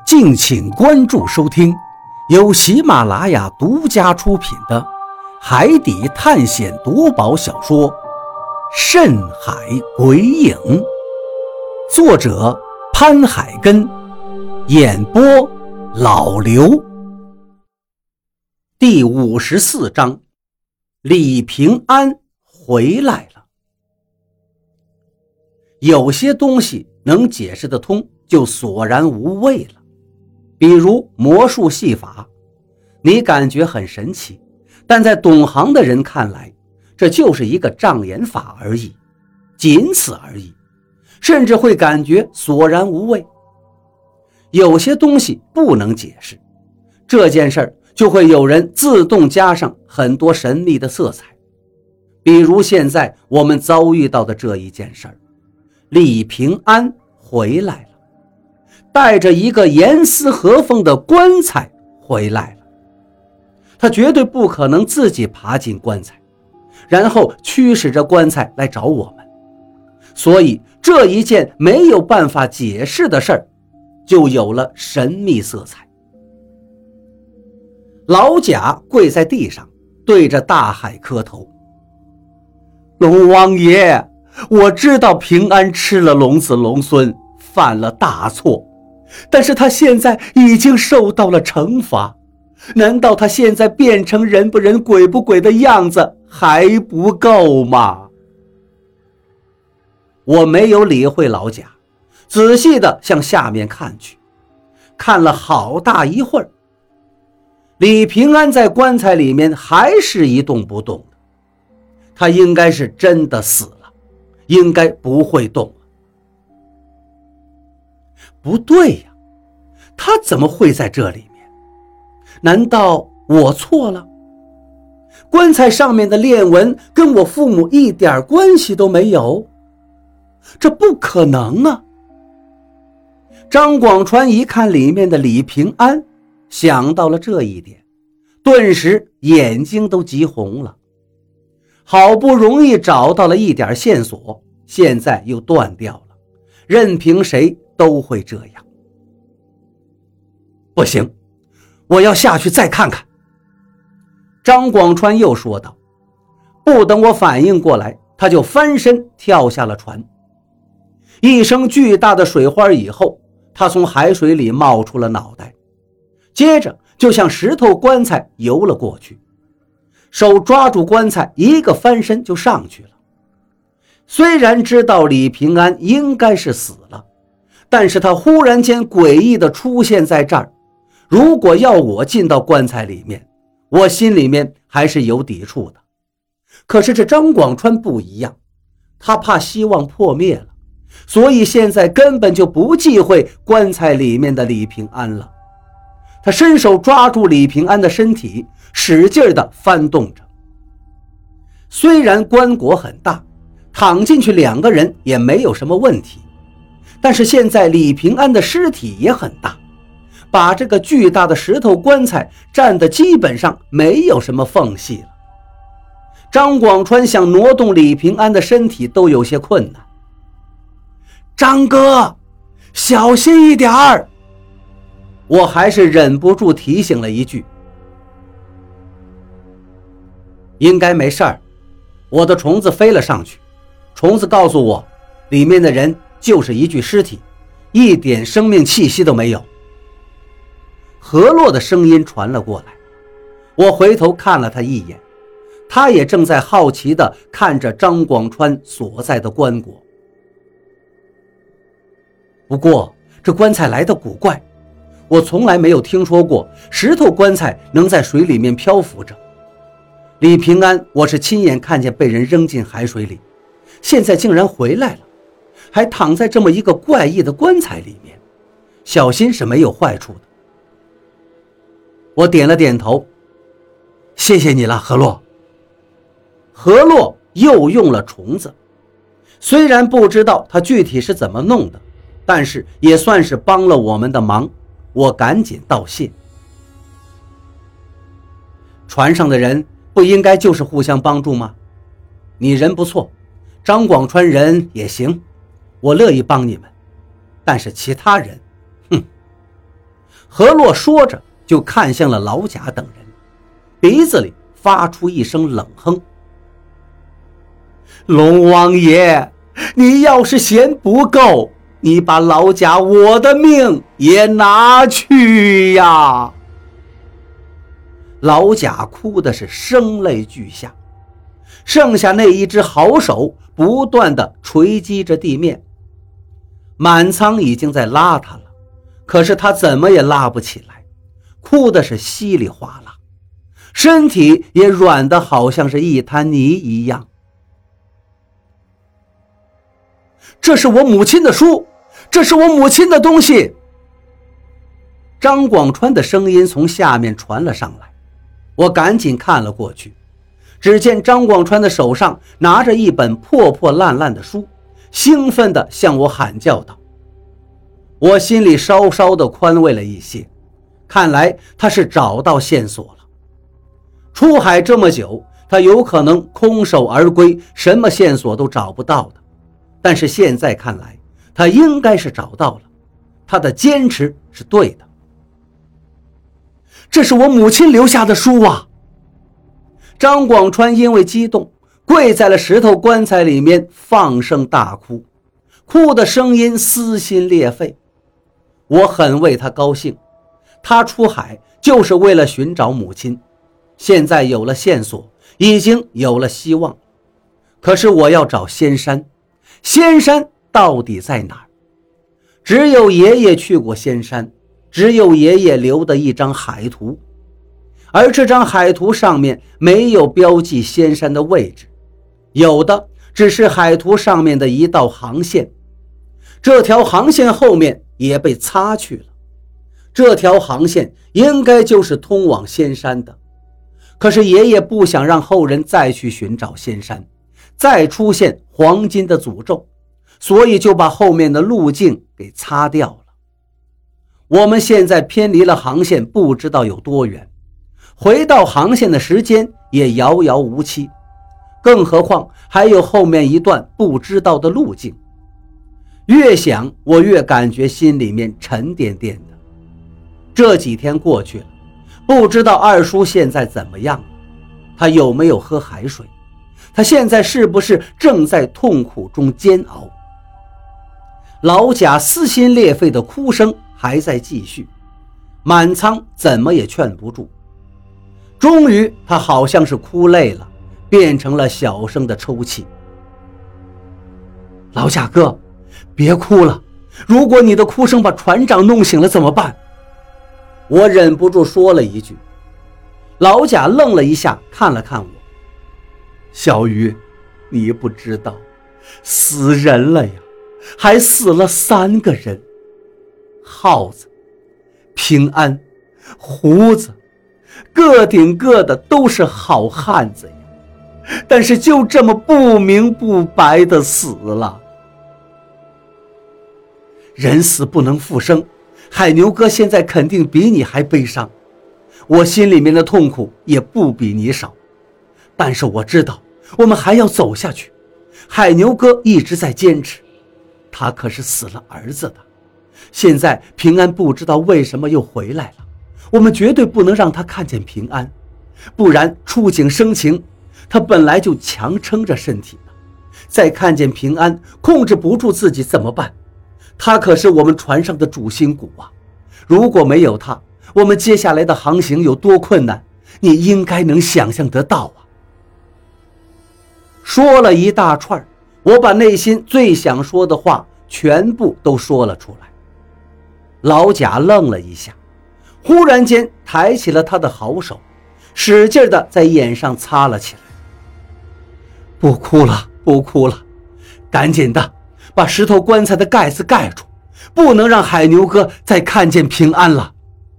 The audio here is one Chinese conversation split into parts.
敬请关注收听，由喜马拉雅独家出品的海底探险夺宝小说《深海鬼影》，作者潘海根，演播老刘。第54章，李平安回来了。有些东西能解释得通，就索然无味了。比如魔术戏法，你感觉很神奇，但在懂行的人看来，这就是一个障眼法而已，仅此而已，甚至会感觉索然无味。有些东西不能解释，这件事儿就会有人自动加上很多神秘的色彩。比如现在我们遭遇到的这一件事儿，李平安回来了，带着一个严丝合缝的棺材回来了。他绝对不可能自己爬进棺材，然后驱使着棺材来找我们。所以这一件没有办法解释的事儿，就有了神秘色彩。老贾跪在地上，对着大海磕头：龙王爷，我知道平安吃了龙子龙孙，犯了大错，但是他现在已经受到了惩罚，难道他现在变成人不人鬼不鬼的样子还不够吗？我没有理会老贾，仔细地向下面看去，看了好大一会儿。李平安在棺材里面还是一动不动的，他应该是真的死了，应该不会动了。不对呀，他怎么会在这里面？难道我错了？棺材上面的链纹跟我父母一点关系都没有？这不可能啊！张广川一看里面的李平安，想到了这一点，顿时眼睛都急红了。好不容易找到了一点线索，现在又断掉了，任凭谁都会这样。不行，我要下去再看看。张广川又说道。不等我反应过来，他就翻身跳下了船。一声巨大的水花以后，他从海水里冒出了脑袋，接着就向石头棺材游了过去，手抓住棺材，一个翻身就上去了。虽然知道李平安应该是死了，但是他忽然间诡异地出现在这儿，如果要我进到棺材里面，我心里面还是有抵触的。可是这张广川不一样，他怕希望破灭了，所以现在根本就不忌讳棺材里面的李平安了。他伸手抓住李平安的身体，使劲地翻动着。虽然棺椁很大，躺进去2个人也没有什么问题，但是现在李平安的尸体也很大，把这个巨大的石头棺材占得基本上没有什么缝隙了。张广川想挪动李平安的身体都有些困难。张哥，小心一点儿！我还是忍不住提醒了一句。应该没事儿，我的虫子飞了上去，虫子告诉我，里面的人就是一具尸体，一点生命气息都没有。何洛的声音传了过来，我回头看了他一眼，他也正在好奇地看着张广川所在的棺椁。不过这棺材来得古怪，我从来没有听说过石头棺材能在水里面漂浮着。李平安我是亲眼看见被人扔进海水里，现在竟然回来了，还躺在这么一个怪异的棺材里面，小心是没有坏处的。我点了点头，谢谢你了，何洛。何洛又用了虫子，虽然不知道他具体是怎么弄的，但是也算是帮了我们的忙，我赶紧道谢。船上的人不应该就是互相帮助吗？你人不错，张广川人也行，我乐意帮你们，但是其他人， 何洛说着就看向了老贾等人，鼻子里发出一声冷哼：“龙王爷，你要是嫌不够，你把老贾我的命也拿去呀！”老贾哭的是声泪俱下，剩下那一只好手不断地捶击着地面。满仓已经在拉他了，可是他怎么也拉不起来，哭的是稀里哗啦，身体也软得好像是一滩泥一样。这是我母亲的书，这是我母亲的东西。张广川的声音从下面传了上来，我赶紧看了过去，只见张广川的手上拿着一本破破烂烂的书，兴奋地向我喊叫道。我心里稍稍地宽慰了一些，看来他是找到线索了。出海这么久，他有可能空手而归，什么线索都找不到的，但是现在看来，他应该是找到了，他的坚持是对的。这是我母亲留下的书啊！张广川因为激动，跪在了石头棺材里面放声大哭，哭的声音撕心裂肺。我很为他高兴，他出海就是为了寻找母亲，现在有了线索，已经有了希望。可是我要找仙山，仙山到底在哪儿？只有爷爷去过仙山，只有爷爷留的一张海图，而这张海图上面没有标记仙山的位置，有的只是海图上面的一道航线，这条航线后面也被擦去了，这条航线应该就是通往仙山的。可是爷爷不想让后人再去寻找仙山，再出现黄金的诅咒，所以就把后面的路径给擦掉了。我们现在偏离了航线不知道有多远，回到航线的时间也遥遥无期，更何况还有后面一段不知道的路径。越想我越感觉心里面沉甸甸的。这几天过去了，不知道二叔现在怎么样了，他有没有喝海水，他现在是不是正在痛苦中煎熬。老贾撕心裂肺的哭声还在继续，满仓怎么也劝不住。终于他好像是哭累了，变成了小声的抽泣。老贾哥，别哭了，如果你的哭声把船长弄醒了怎么办？我忍不住说了一句。老贾愣了一下，看了看我。小鱼，你不知道，死人了呀，还死了3个人。耗子、平安、胡子，个顶个的都是好汉子呀，但是就这么不明不白的死了。人死不能复生，海牛哥现在肯定比你还悲伤，我心里面的痛苦也不比你少，但是我知道我们还要走下去。海牛哥一直在坚持，他可是死了儿子的，现在平安不知道为什么又回来了，我们绝对不能让他看见平安，不然触景生情，他本来就强撑着身体呢，再看见平安控制不住自己怎么办？他可是我们船上的主心骨啊，如果没有他，我们接下来的航行有多困难，你应该能想象得到啊。说了一大串，我把内心最想说的话全部都说了出来。老贾愣了一下，忽然间抬起了他的好手，使劲地在眼上擦了起来。不哭了，不哭了，赶紧的把石头棺材的盖子盖住，不能让海牛哥再看见平安了。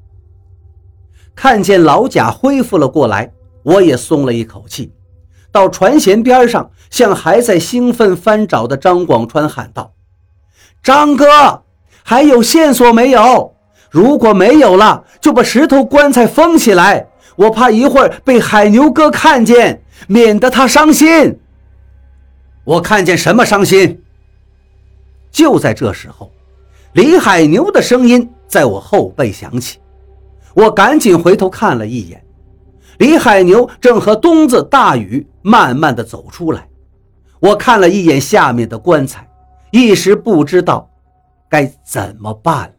看见老贾恢复了过来，我也松了一口气，到船舷边上向还在兴奋翻找的张广川喊道：张哥，还有线索没有？如果没有了，就把石头棺材封起来，我怕一会儿被海牛哥看见，免得他伤心。我看见什么伤心？就在这时候，李海牛的声音在我后背响起，我赶紧回头看了一眼，李海牛正和东子大宇慢慢地走出来。我看了一眼下面的棺材，一时不知道该怎么办了。